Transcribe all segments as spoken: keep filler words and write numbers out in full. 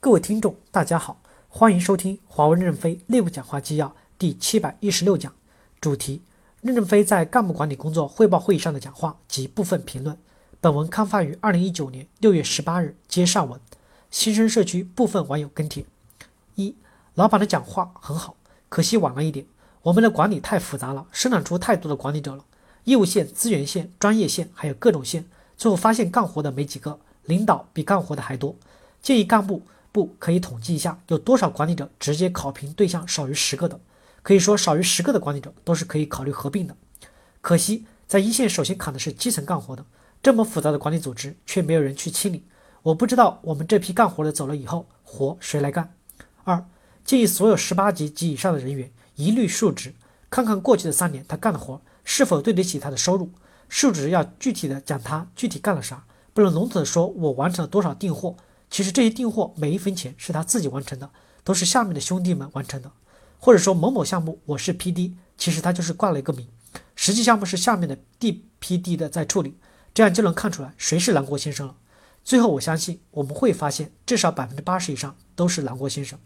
各位听众，大家好，欢迎收听华为任正非内部讲话纪要第七百一十六讲，主题：任正非在干部管理工作汇报会议上的讲话及部分评论。本文刊发于二零一九年六月十八日，接上文。新生社区部分网友跟帖：一、老板的讲话很好，可惜晚了一点。我们的管理太复杂了，生产出太多的管理者了，业务线、资源线、专业线，还有各种线，最后发现干活的没几个，领导比干活的还多。建议干部部可以统计一下，有多少管理者直接考评对象少于十个的，可以说少于十个的管理者都是可以考虑合并的。可惜在一线首先砍的是基层干活的，这么复杂的管理组织却没有人去清理。我不知道我们这批干活的走了以后，活谁来干？二、建议所有十八级及以上的人员一律述职，看看过去的三年他干的活是否对得起他的收入。述职要具体的讲他具体干了啥，不能笼统的说我完成了多少订货。其实这些订货每一分钱是他自己完成的，都是下面的兄弟们完成的。或者说某某项目我是 P D， 其实他就是挂了一个名，实际项目是下面的 D P D 的在处理，这样就能看出来谁是南国先生了。最后我相信我们会发现至少 百分之八十 以上都是南国先生。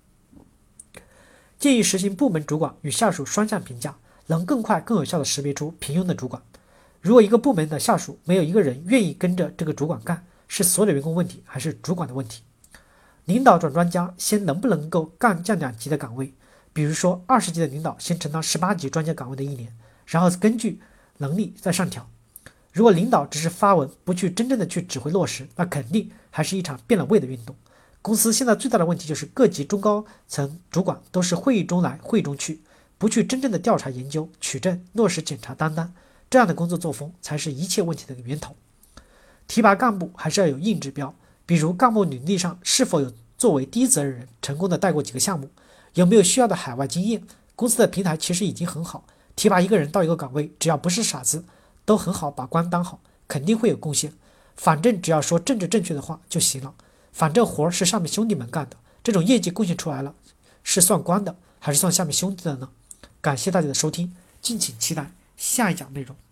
建议实行部门主管与下属双向评价，能更快更有效地识别出平庸的主管。如果一个部门的下属没有一个人愿意跟着这个主管干，是所有的员工问题还是主管的问题？领导转专家先能不能够干降两级的岗位，比如说二十级的领导先承担十八级专家岗位的一年，然后根据能力再上调。如果领导只是发文，不去真正的去指挥落实，那肯定还是一场变了味的运动。公司现在最大的问题就是各级中高层主管都是会议中来会议中去，不去真正的调查研究取证落实检查担当，这样的工作作风才是一切问题的源头。提拔干部还是要有硬指标，比如干部履历上是否有作为第一责任人成功的带过几个项目，有没有需要的海外经验。公司的平台其实已经很好，提拔一个人到一个岗位，只要不是傻子，都很好把关当好，肯定会有贡献。反正只要说政治正确的话就行了，反正活是上面兄弟们干的，这种业绩贡献出来了，是算官的还是算下面兄弟的呢？感谢大家的收听，敬请期待下一讲内容。